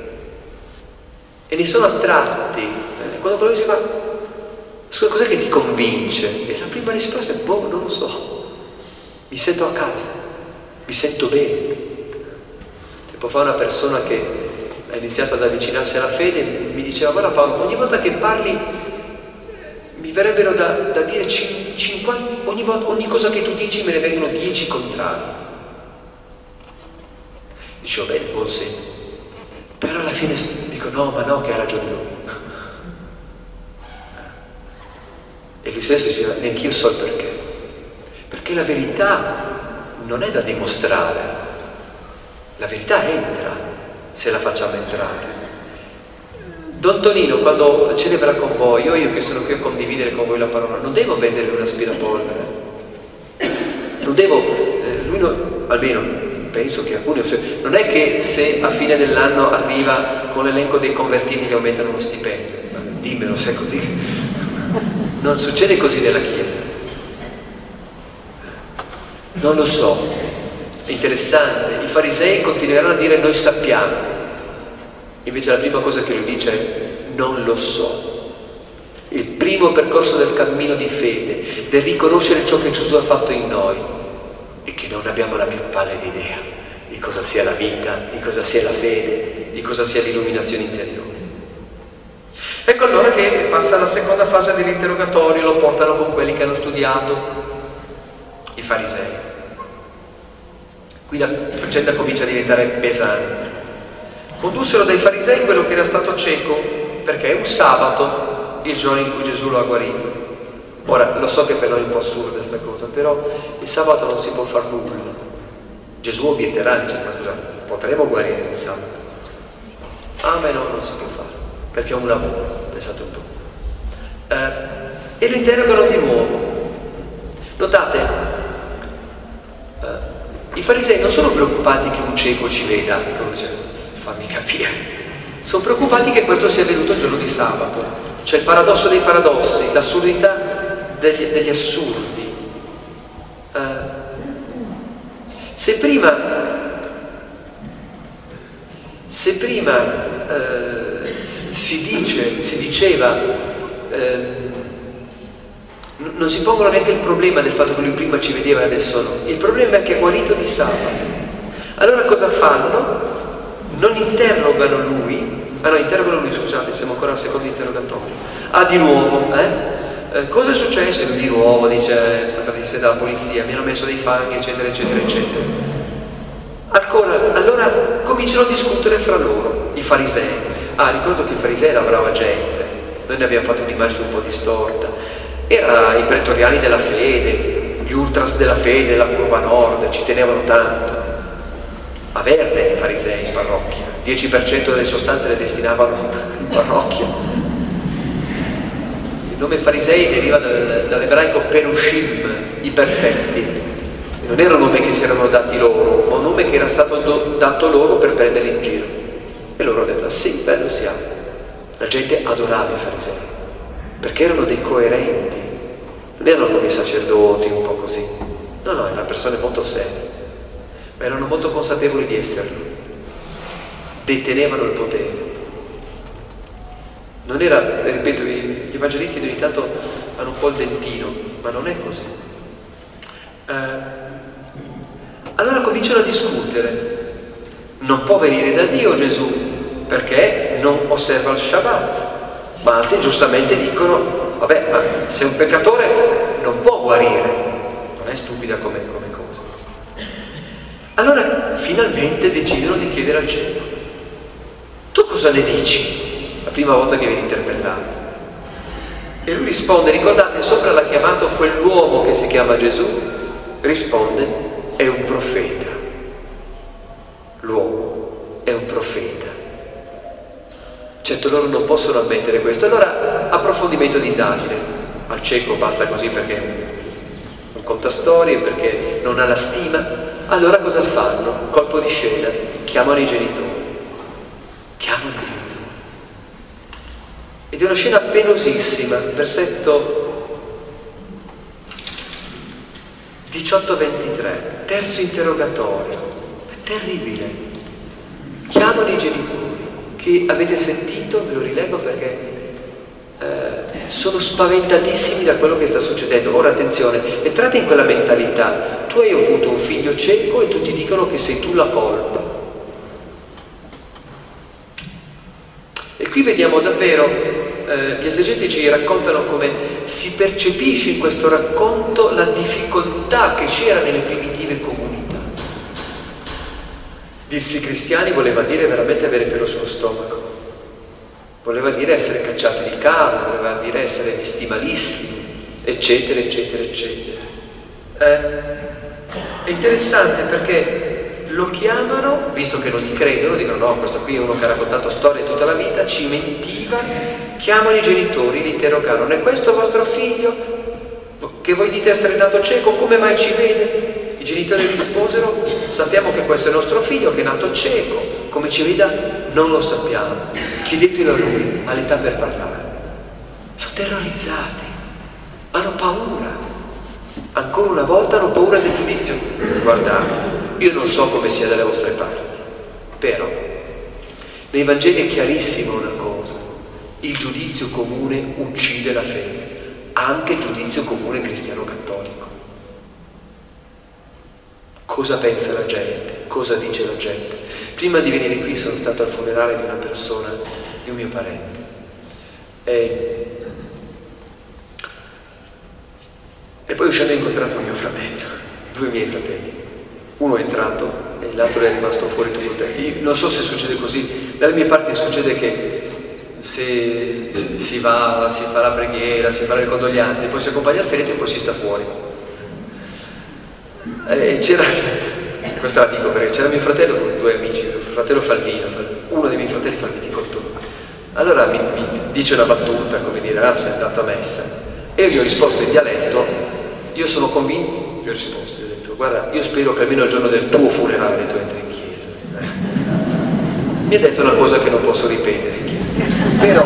e ne sono attratti. Quando quello dice: ma scusa, cos'è che ti convince? E la prima risposta è: boh, non lo so, mi sento a casa, mi sento bene. Tempo fa una persona che ha iniziato ad avvicinarsi alla fede mi diceva: guarda Paolo, ogni volta che parli mi verrebbero da, da dire cinquanta, ogni, volta, ogni cosa che tu dici me ne vengono dieci contrari. Dicevo: bene, buon segno. Però alla fine dico: no, ma no, che ha ragione lui. E lui stesso diceva: neanch'io so il perché. Perché la verità non è da dimostrare, la verità entra se la facciamo entrare. Don Tonino, quando celebra con voi, o io che sono qui a condividere con voi la parola, non devo vendergli un aspirapolvere, non devo, eh, lui no, almeno penso che alcuni, non è che se a fine dell'anno arriva con l'elenco dei convertiti gli aumentano lo stipendio, dimmelo se è così. Non succede così nella Chiesa, non lo so. È interessante, i farisei continueranno a dire noi sappiamo, invece la prima cosa che lui dice è non lo so. Il primo percorso del cammino di fede, del riconoscere ciò che Gesù ha fatto in noi, è che non abbiamo la più pallida idea di cosa sia la vita, di cosa sia la fede, di cosa sia l'illuminazione interiore. Ecco allora che passa la seconda fase dell'interrogatorio, lo portano con quelli che hanno studiato, i farisei. Qui la faccenda comincia a diventare pesante. Condussero dai farisei quello che era stato cieco, perché è un sabato, il giorno in cui Gesù lo ha guarito. Ora, lo so che per noi è un po' assurda questa cosa, però il sabato non si può far nulla. Gesù obietterà, dice, ma scusa, potremo guarire il sabato? Ah, ma no, non si può fare, perché è un lavoro, pensate un po'. Eh, e lo interrogano di nuovo. Notate, eh, i farisei non sono preoccupati che un cieco ci veda, come dice, fammi capire. Sono preoccupati che questo sia avvenuto il giorno di sabato. C'è il paradosso dei paradossi, l'assurdità degli, degli assurdi. Eh, se prima, se prima eh, si dice, si diceva, eh, non si pongono neanche il problema del fatto che lui prima ci vedeva e adesso no. Il problema è che è guarito di sabato. Allora cosa fanno? Non interrogano lui, ah no, interrogano lui, scusate, siamo ancora al secondo interrogatorio. Ah, di nuovo, eh? Eh, cosa è successo? Lui di nuovo dice, è stata disse dalla polizia, mi hanno messo dei fanghi, eccetera, eccetera, eccetera. Ancora, allora cominciano a discutere fra loro, i farisei. Ah, ricordo che i farisei era brava gente, noi ne abbiamo fatto un'immagine un po' distorta. Era i pretoriani della fede, gli ultras della fede, della curva nord, ci tenevano tanto. Averne di farisei in parrocchia, il dieci per cento delle sostanze le destinavano in parrocchia. Il nome farisei deriva dal, dall'ebraico perushim, i perfetti. Non era un nome che si erano dati loro, ma un nome che era stato do, dato loro per prenderli in giro. E loro hanno detto, ah, sì, bello siamo. La gente adorava i farisei, perché erano dei coerenti, non erano come i sacerdoti, un po' così. No, no, erano persone molto serie. Ma erano molto consapevoli di esserlo, detenevano il potere. Non era, ripeto, gli evangelisti ogni tanto hanno un po' il dentino, ma non è così. Eh, allora cominciano a discutere. Non può venire da Dio Gesù, perché non osserva il Shabbat. Ma altri giustamente dicono, vabbè, ma se un peccatore non può guarire, non è stupida come, come cosa. Allora finalmente decidono di chiedere al cieco, tu cosa ne dici? La prima volta che viene interpellato. E lui risponde, ricordate, sopra l'ha chiamato quell'uomo che si chiama Gesù, risponde, è un profeta. L'uomo è un profeta. Certo loro non possono ammettere questo. Allora approfondimento di indagine. Al cieco basta così perché non conta storie, perché non ha la stima. Allora cosa fanno? Colpo di scena, chiamano i genitori. Chiamano i genitori. Ed è una scena penosissima, versetto diciotto ventitré, terzo interrogatorio. È terribile. Chiamano i genitori, che avete sentito, ve lo rilego perché eh, sono spaventatissimi da quello che sta succedendo. Ora attenzione, entrate in quella mentalità. Tu hai avuto un figlio cieco e tutti dicono che sei tu la colpa. E qui vediamo davvero, eh, gli esegetici raccontano come si percepisce in questo racconto la difficoltà che c'era nelle primitive comunità. Dirsi cristiani voleva dire veramente avere pelo sullo stomaco, voleva dire essere cacciati di casa, voleva dire essere visti malissimi, eccetera, eccetera, eccetera. Eh, è interessante perché lo chiamano, visto che non gli credono, dicono no, questo qui è uno che ha raccontato storie tutta la vita, ci mentiva, chiamano i genitori, li interrogano, è questo vostro figlio che voi dite essere nato cieco, come mai ci vede? I genitori risposero: sappiamo che questo è il nostro figlio che è nato cieco, come ci veda non lo sappiamo, chiedetelo a lui, ha l'età per parlare. Sono terrorizzati, hanno paura, ancora una volta hanno paura del giudizio. Guardate, io non so come sia dalle vostre parti, però nei Vangeli è chiarissima una cosa: il giudizio comune uccide la fede, anche il giudizio comune cristiano cattolico. Cosa pensa la gente? Cosa dice la gente? Prima di venire qui sono stato al funerale di una persona, di un mio parente, e, e poi uscendo ho incontrato un mio fratello, due miei fratelli. Uno è entrato e l'altro è rimasto fuori tutto il tempo. Io non so se succede così, dalle mie parti succede che se si va, si fa la preghiera, si fa le condoglianze, poi si accompagna il ferito e poi si sta fuori. E c'era, questa la dico perché c'era mio fratello con due amici, mio fratello Falvino, uno dei miei fratelli fa il viticoltore. Allora mi, mi dice una battuta, come dire: ah, sei andato a messa. E io gli ho risposto in dialetto: io sono convinto, gli ho risposto, gli ho detto: guarda, io spero che almeno il giorno del tuo funerale tu entri in chiesa. Mi ha detto una cosa che non posso ripetere in chiesa, però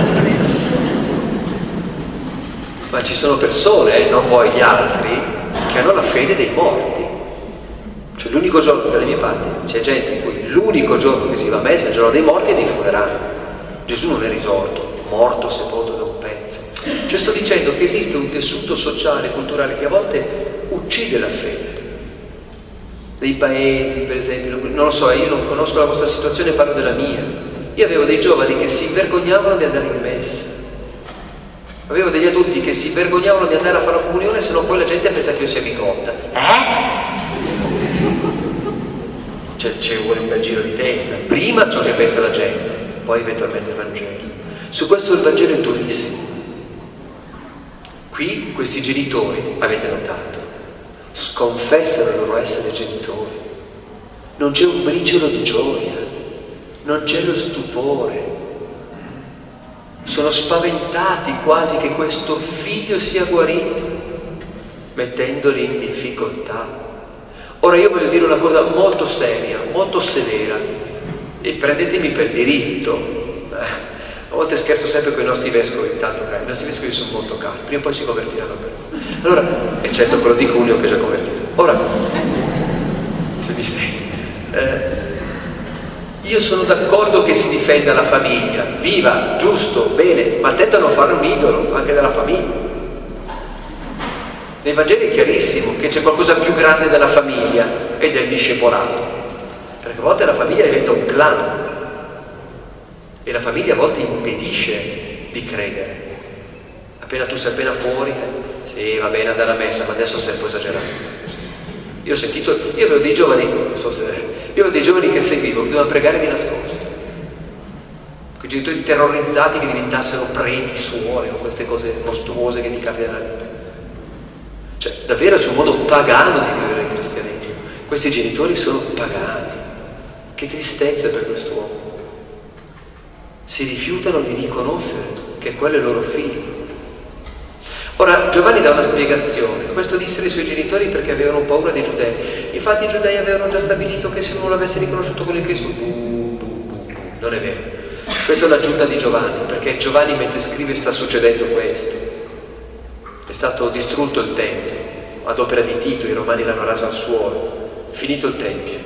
ma ci sono persone, eh, non voi gli altri, che hanno la fede dei morti. Cioè l'unico giorno, dalle mie parti c'è gente in cui l'unico giorno che si va a messa è il giorno dei morti e dei funerali. Gesù non è risorto, morto, sepolto da un pezzo. Cioè sto dicendo che esiste un tessuto sociale, culturale che a volte uccide la fede. Dei paesi, per esempio, non lo so, io non conosco la vostra situazione, parlo della mia. Io avevo dei giovani che si vergognavano di andare in messa. Avevo degli adulti che si vergognavano di andare a fare la comunione, se no poi la gente pensa che io sia bigotta. Eh? Cioè, ci vuole un bel giro di testa. Prima ciò che pensa la gente, poi eventualmente il Vangelo. Su questo il Vangelo è durissimo. Qui questi genitori, avete notato, sconfessano il loro essere genitori. Non c'è un briciolo di gioia, non c'è lo stupore. Sono spaventati quasi che questo figlio sia guarito, mettendoli in difficoltà. Ora io voglio dire una cosa molto seria, molto severa, e prendetemi per diritto. Eh, a volte scherzo sempre con i nostri vescovi, tanto cari, i nostri vescovi sono molto cari, prima o poi si convertiranno per allora, eccetto quello dico unico che è già convertito. Ora, se mi senti, eh, io sono d'accordo che si difenda la famiglia, viva, giusto, bene, ma attento a non fare un idolo anche della famiglia. Nei Vangeli è chiarissimo che c'è qualcosa più grande della famiglia e del discepolato, perché a volte la famiglia diventa un clan e la famiglia a volte impedisce di credere. Appena tu sei appena fuori, eh, sì, va bene andare a messa, ma adesso stai un po' esagerando. Io ho sentito, io avevo dei giovani, non so se, io avevo dei giovani che seguivo, che dovevano pregare di nascosto. Quei genitori terrorizzati che diventassero preti, suore, o queste cose mostruose che ti capitano nella vita. Cioè, davvero c'è un modo pagano di vivere il cristianesimo. Questi genitori sono pagani. Che tristezza per quest'uomo. Si rifiutano di riconoscere che quello è il loro figlio. Ora, Giovanni dà una spiegazione. Questo dissero i suoi genitori perché avevano paura dei giudei. Infatti i giudei avevano già stabilito che se non l'avesse riconosciuto con il Cristo, bu, bu, bu, bu. Non è vero. Questa è l'aggiunta di Giovanni, perché Giovanni mentre scrive sta succedendo questo. È stato distrutto il Tempio, ad opera di Tito, i romani l'hanno raso al suolo, finito il Tempio.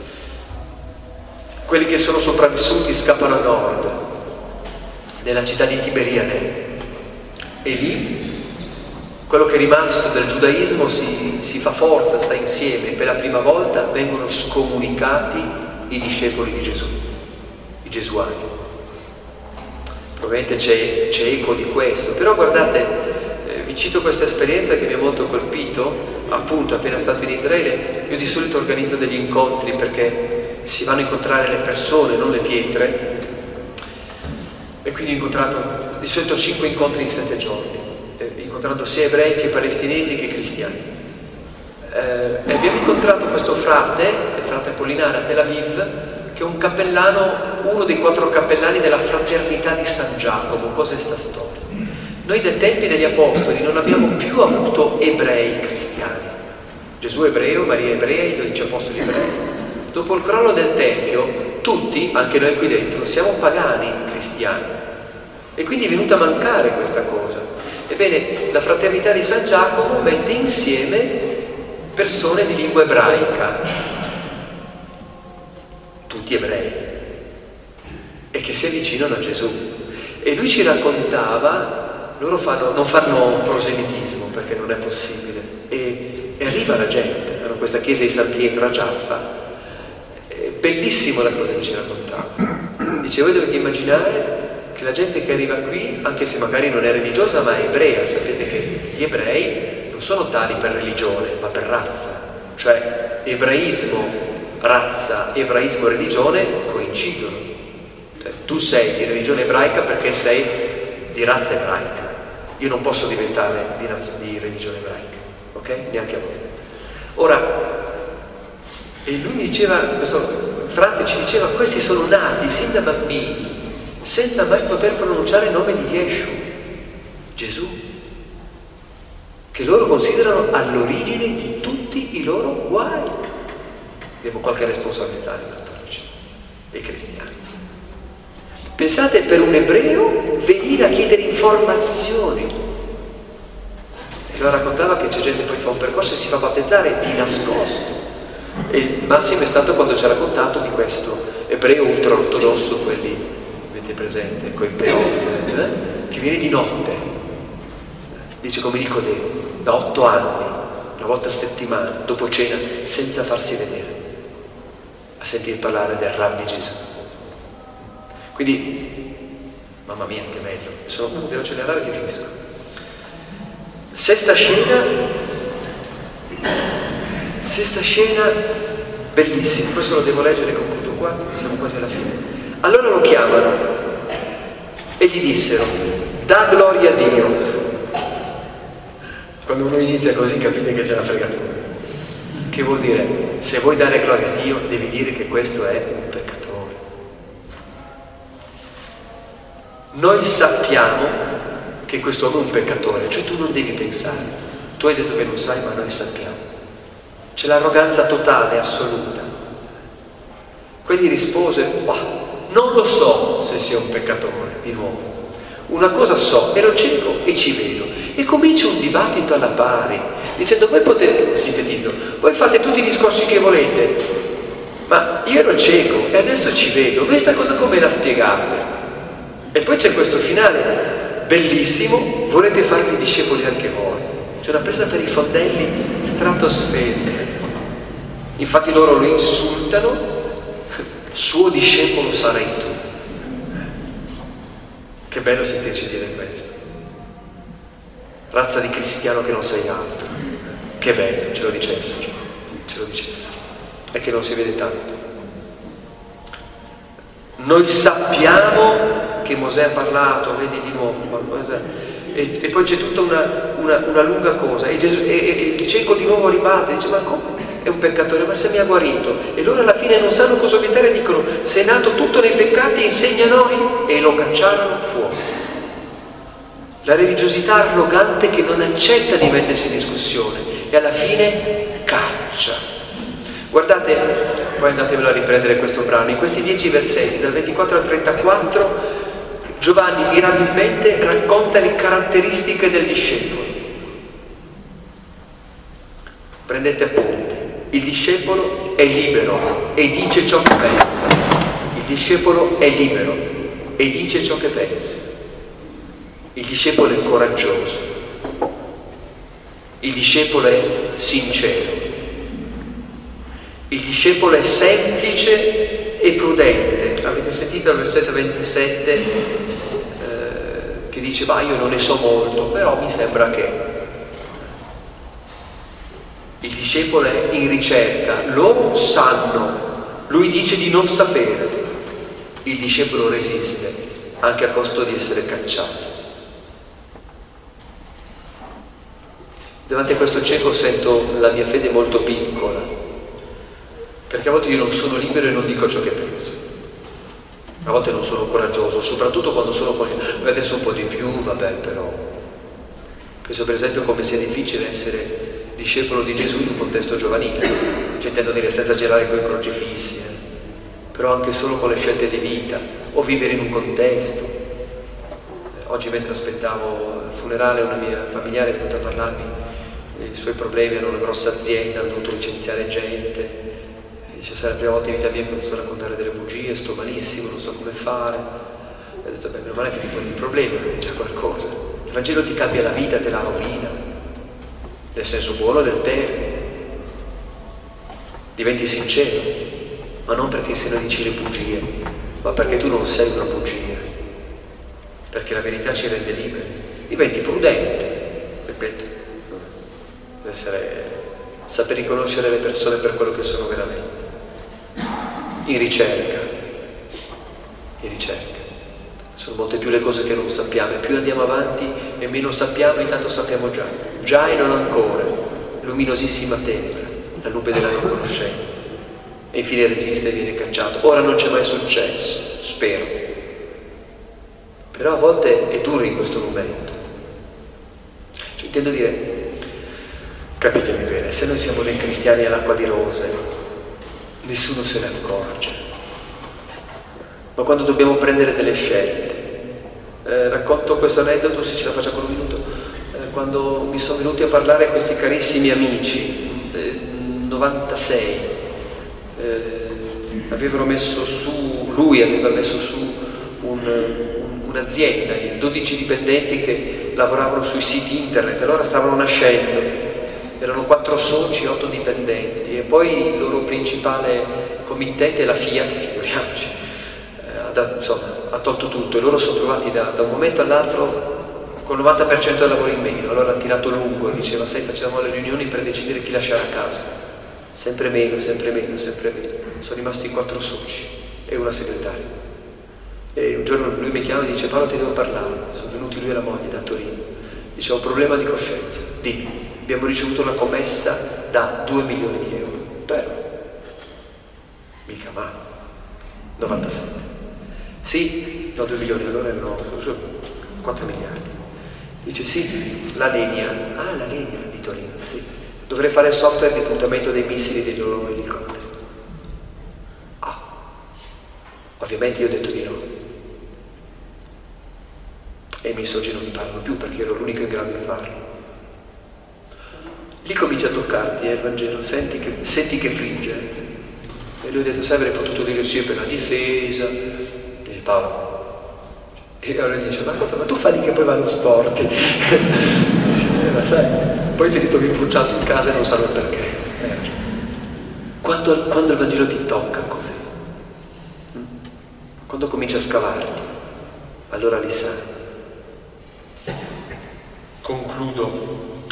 Quelli che sono sopravvissuti scappano a nord, nella città di Tiberiade, e lì quello che è rimasto del giudaismo si, si fa forza, sta insieme, e per la prima volta vengono scomunicati i discepoli di Gesù, i gesuani. Probabilmente c'è, c'è eco di questo, però guardate, eh, vi cito questa esperienza che mi ha molto colpito, appunto appena stato in Israele. Io di solito organizzo degli incontri perché si vanno a incontrare le persone, non le pietre, e quindi ho incontrato di solito cinque incontri in sette giorni. Incontrando sia ebrei che palestinesi che cristiani. Eh, e abbiamo incontrato questo frate, il frate Apollinare a Tel Aviv, che è un cappellano, uno dei quattro cappellani della fraternità di San Giacomo. Cos'è sta storia? Noi dai tempi degli Apostoli non abbiamo più avuto ebrei cristiani. Gesù ebreo, Maria ebrea, i dodici apostoli ebrei. Dopo il crollo del Tempio, tutti, anche noi qui dentro, siamo pagani cristiani. E quindi è venuta a mancare questa cosa. Ebbene, la fraternità di San Giacomo mette insieme persone di lingua ebraica, tutti ebrei, e che si avvicinano a Gesù. E lui ci raccontava, loro fanno, non fanno proselitismo perché non è possibile, e, e arriva la gente, hanno questa chiesa di San Pietro a Giaffa, è bellissimo la cosa che ci raccontava. Dice, voi dovete immaginare che la gente che arriva qui, anche se magari non è religiosa ma è ebrea, sapete che gli ebrei non sono tali per religione ma per razza, cioè ebraismo, razza, ebraismo, religione coincidono. Cioè, tu sei di religione ebraica perché sei di razza ebraica, io non posso diventare di, di religione ebraica, ok? Neanche a voi. Ora, e lui mi diceva, questo frate ci diceva, questi sono nati sin da bambini senza mai poter pronunciare il nome di Yeshu, Gesù, che loro considerano all'origine di tutti i loro guai. Abbiamo qualche responsabilità nei cattolici e cristiani. Pensate, per un ebreo venire a chiedere informazioni. E lo raccontava che c'è gente che poi fa un percorso e si fa battezzare di nascosto. E il massimo è stato quando ci ha raccontato di questo ebreo ultraortodosso, quelli, avete presente, coi peoni, eh? che viene di notte, dice come Nicodemo, da otto anni, una volta a settimana, dopo cena, senza farsi vedere, a sentire parlare del Rabbi Gesù. Quindi, mamma mia, che meglio, sono, uh, devo accelerare che finisco. Sesta scena, sesta scena, bellissima, questo lo devo leggere e concludo qua, siamo quasi alla fine. Allora lo chiamano e gli dissero, dà gloria a Dio. Quando uno inizia così capite che c'è la fregatura. Che vuol dire? Se vuoi dare gloria a Dio devi dire che questo è un peccatore. Noi sappiamo che questo uomo è un peccatore, cioè tu non devi pensare. Tu hai detto che non sai, ma noi sappiamo. C'è l'arroganza totale, assoluta. Quegli rispose, bah, non lo so se sia un peccatore, di nuovo. Una cosa so, ero cieco e ci vedo. E comincia un dibattito alla pari, dicendo, voi potete, sintetizzo, voi fate tutti i discorsi che volete, ma io ero cieco e adesso ci vedo, questa cosa come la spiegate? E poi c'è questo finale bellissimo, volete farvi discepoli anche voi. C'è una presa per i fondelli stratosferica. Infatti loro lo insultano, suo discepolo sarai tu. Che bello sentirci dire questo. Razza di cristiano che non sei altro. Che bello, ce lo dicessero, ce lo dicessero. È che non si vede tanto. Noi sappiamo che Mosè ha parlato, vedi di nuovo, e, e poi c'è tutta una, una, una lunga cosa, e, Gesù, e, e il cieco di nuovo ribatte, dice, ma come? È un peccatore, ma se mi ha guarito. E loro alla fine non sanno cosa obiettare e dicono, sei nato tutto nei peccati, insegna a noi, e lo cacciarono fuori. La religiosità arrogante che non accetta di mettersi in discussione e alla fine caccia. Guardate, poi andatevelo a riprendere questo brano, in questi dieci versetti, dal ventiquattro al trentaquattro, Giovanni mirabilmente racconta le caratteristiche del discepolo. Prendete appunti. Il discepolo è libero e dice ciò che pensa. Il discepolo è libero e dice ciò che pensa. Il discepolo è coraggioso. Il discepolo è sincero. Il discepolo è semplice e prudente. Avete sentito il versetto ventisette eh, che dice, ma io non ne so molto, però mi sembra che... Il discepolo è in ricerca, loro sanno, lui dice di non sapere. Il discepolo resiste, anche a costo di essere cacciato. Davanti a questo cieco sento la mia fede molto piccola, perché a volte io non sono libero e non dico ciò che penso. A volte non sono coraggioso, soprattutto quando sono con... Beh, adesso un po' di più, vabbè, però... Penso per esempio come sia difficile essere discepolo di Gesù in un contesto giovanile, cioè intendo dire senza girare con i crocifissi, eh. però anche solo con le scelte di vita, o vivere in un contesto. Eh, oggi mentre aspettavo il funerale una mia familiare è venuta a parlarmi dei suoi problemi, hanno una grossa azienda, hanno dovuto licenziare gente, e dice: sai, la prima volta in vita mia che ho dovuto raccontare delle bugie, sto malissimo, non so come fare. E ho detto: beh, meno male che ti poni il problema, c'è qualcosa. Il Vangelo ti cambia la vita, te la rovina, nel senso buono del termine. Diventi sincero, ma non perché se no dici le bugie, ma perché tu non sei una bugia, perché la verità ci rende liberi. Diventi prudente, ripeto, deve essere, saper riconoscere le persone per quello che sono veramente, in ricerca, in ricerca. Sono molte più le cose che non sappiamo, e più andiamo avanti e meno sappiamo, intanto sappiamo già, già e non ancora, luminosissima tenebra, la nube della non conoscenza, e infine resiste e viene cacciato. Ora non c'è mai successo, spero, però a volte è duro in questo momento. Cioè, intendo dire, capitemi bene, se noi siamo dei cristiani all'acqua di rose, nessuno se ne accorge. Ma quando dobbiamo prendere delle scelte, eh, racconto questo aneddoto, se ce la faccio con un minuto, eh, quando mi sono venuti a parlare questi carissimi amici, eh, novantasei, eh, avevano messo su, lui aveva messo su un, un, un'azienda, dodici dipendenti che lavoravano sui siti internet, allora stavano nascendo, erano quattro soci, otto dipendenti, e poi il loro principale committente è la Fiat, figuriamoci. Da, insomma, ha tolto tutto, e loro sono trovati da, da un momento all'altro con il novanta per cento del lavoro in meno. Allora ha tirato lungo e diceva: sai, facciamo le riunioni per decidere chi lasciare a casa. Sempre meno, sempre meno, sempre meno. Sono rimasti quattro soci e una segretaria. E un giorno lui mi chiama e dice: Paolo, ti devo parlare. Sono venuti lui e la moglie da Torino. Dice: ho un problema di coscienza. Dimmi. Abbiamo ricevuto una commessa da due milioni di euro. Però mica male. novantasette. Sì, no, due milioni, allora erano quattro miliardi. Dice: sì, la Legna, ah, la Legna di Torino, sì, dovrei fare il software di puntamento dei missili dei loro elicotteri. Ah, ovviamente io ho detto di no. E i miei soci non mi parlano più perché ero l'unico in grado di farlo. Lì comincia a toccarti, eh, il Vangelo, senti che, senti che fringe. E lui ha detto: sai, avrei potuto dire sì per la difesa. Paolo, e allora dice: ma, ma tu fai che poi vanno storti. Dice: eh, ma sai, poi ti ritrovi bruciato in casa e non sanno perché. Eh, quando, quando il Vangelo ti tocca così, quando comincia a scavarti, allora li sai. Concludo.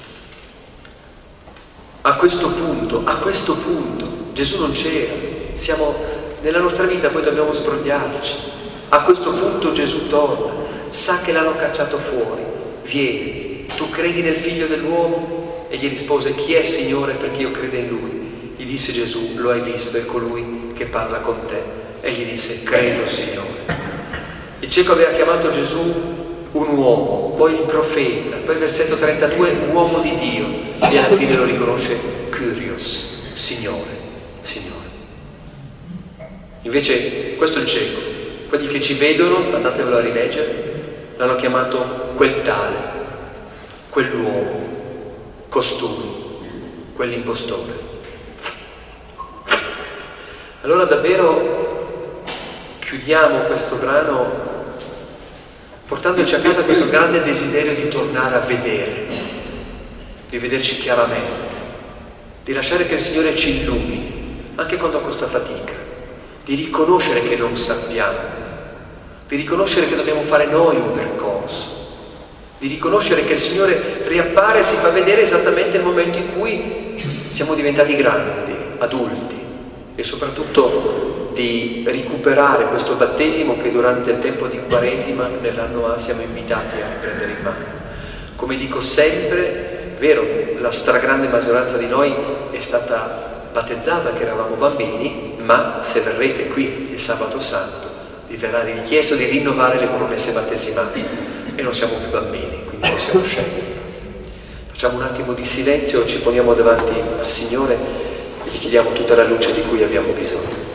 A questo punto, a questo punto, Gesù non c'era, siamo nella nostra vita, poi dobbiamo sbrogliarci. A questo punto Gesù torna, sa che l'hanno cacciato fuori, vieni, tu credi nel Figlio dell'uomo? E gli rispose: chi è, Signore, perché io creda in Lui? Gli disse Gesù: lo hai visto, è colui che parla con te. E gli disse: credo, Signore. Il cieco aveva chiamato Gesù un uomo, poi il profeta, poi il versetto trentadue, uomo di Dio, e alla fine lo riconosce Kyrios, Signore, Signore. Invece questo è il cieco. Quelli che ci vedono, andatevelo a rileggere, l'hanno chiamato quel tale, quell'uomo, costui, quell'impostore. Allora davvero chiudiamo questo brano portandoci a casa questo grande desiderio di tornare a vedere, di vederci chiaramente, di lasciare che il Signore ci illumini, anche quando costa fatica, di riconoscere che non sappiamo, di riconoscere che dobbiamo fare noi un percorso, di riconoscere che il Signore riappare e si fa vedere esattamente nel momento in cui siamo diventati grandi, adulti, e soprattutto di recuperare questo battesimo che durante il tempo di Quaresima nell'anno A siamo invitati a riprendere in mano. Come dico sempre, è vero, la stragrande maggioranza di noi è stata battezzata che eravamo bambini, ma se verrete qui il sabato santo vi verrà richiesto di rinnovare le promesse battesimali e non siamo più bambini, quindi possiamo scegliere. Facciamo un attimo di silenzio, ci poniamo davanti al Signore e gli chiediamo tutta la luce di cui abbiamo bisogno.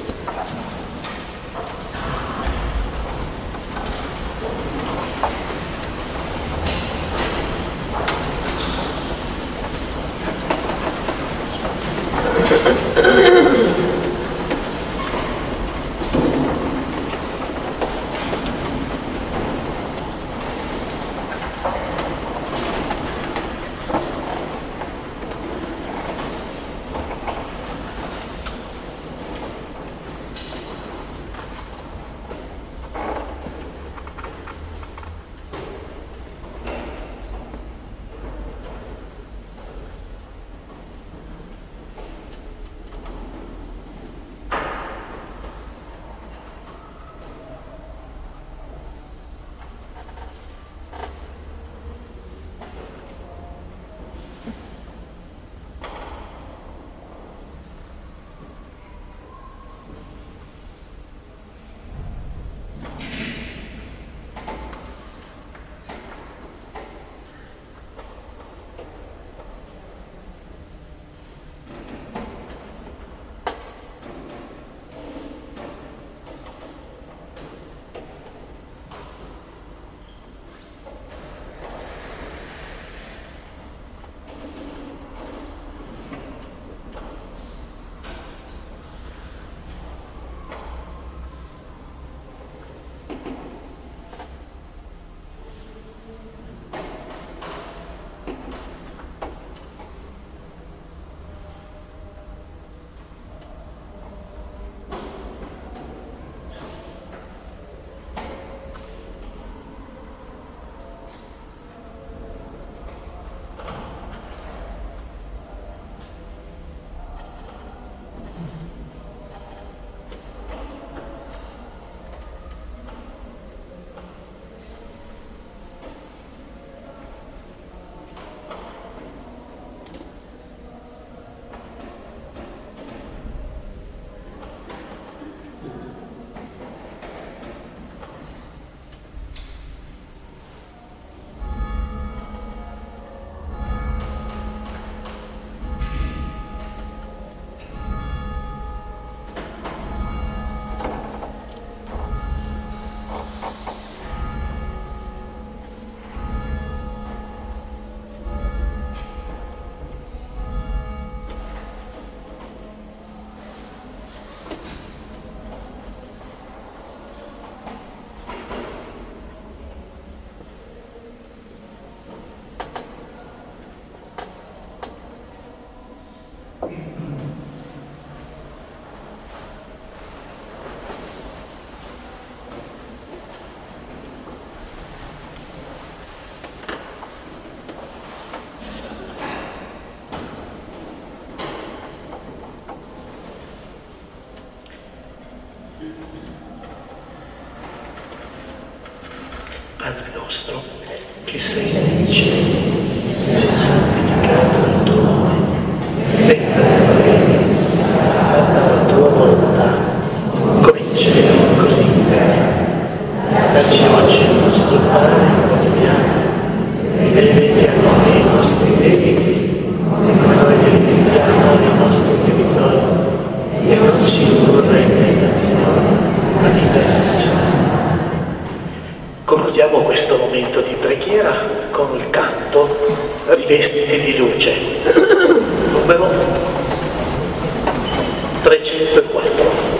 Padre nostro, che sei nei cieli, sia santificato il tuo nome, venga il tuo regno, sia fatta la tua volontà, come in cielo, così in terra. Dacci oggi il nostro pane quotidiano, e rimetti a noi i nostri debiti, come noi li rimettiamo ai nostri debitori, e non ci indurre in tentazione, ma liberaci. Concludiamo questo momento di preghiera con il canto Rivestiti di luce, numero trecentoquattro.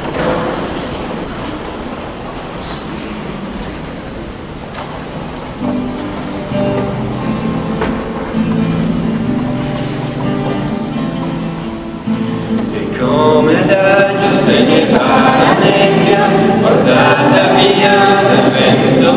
Come da giù se ne va la nebbia, portata via dal vento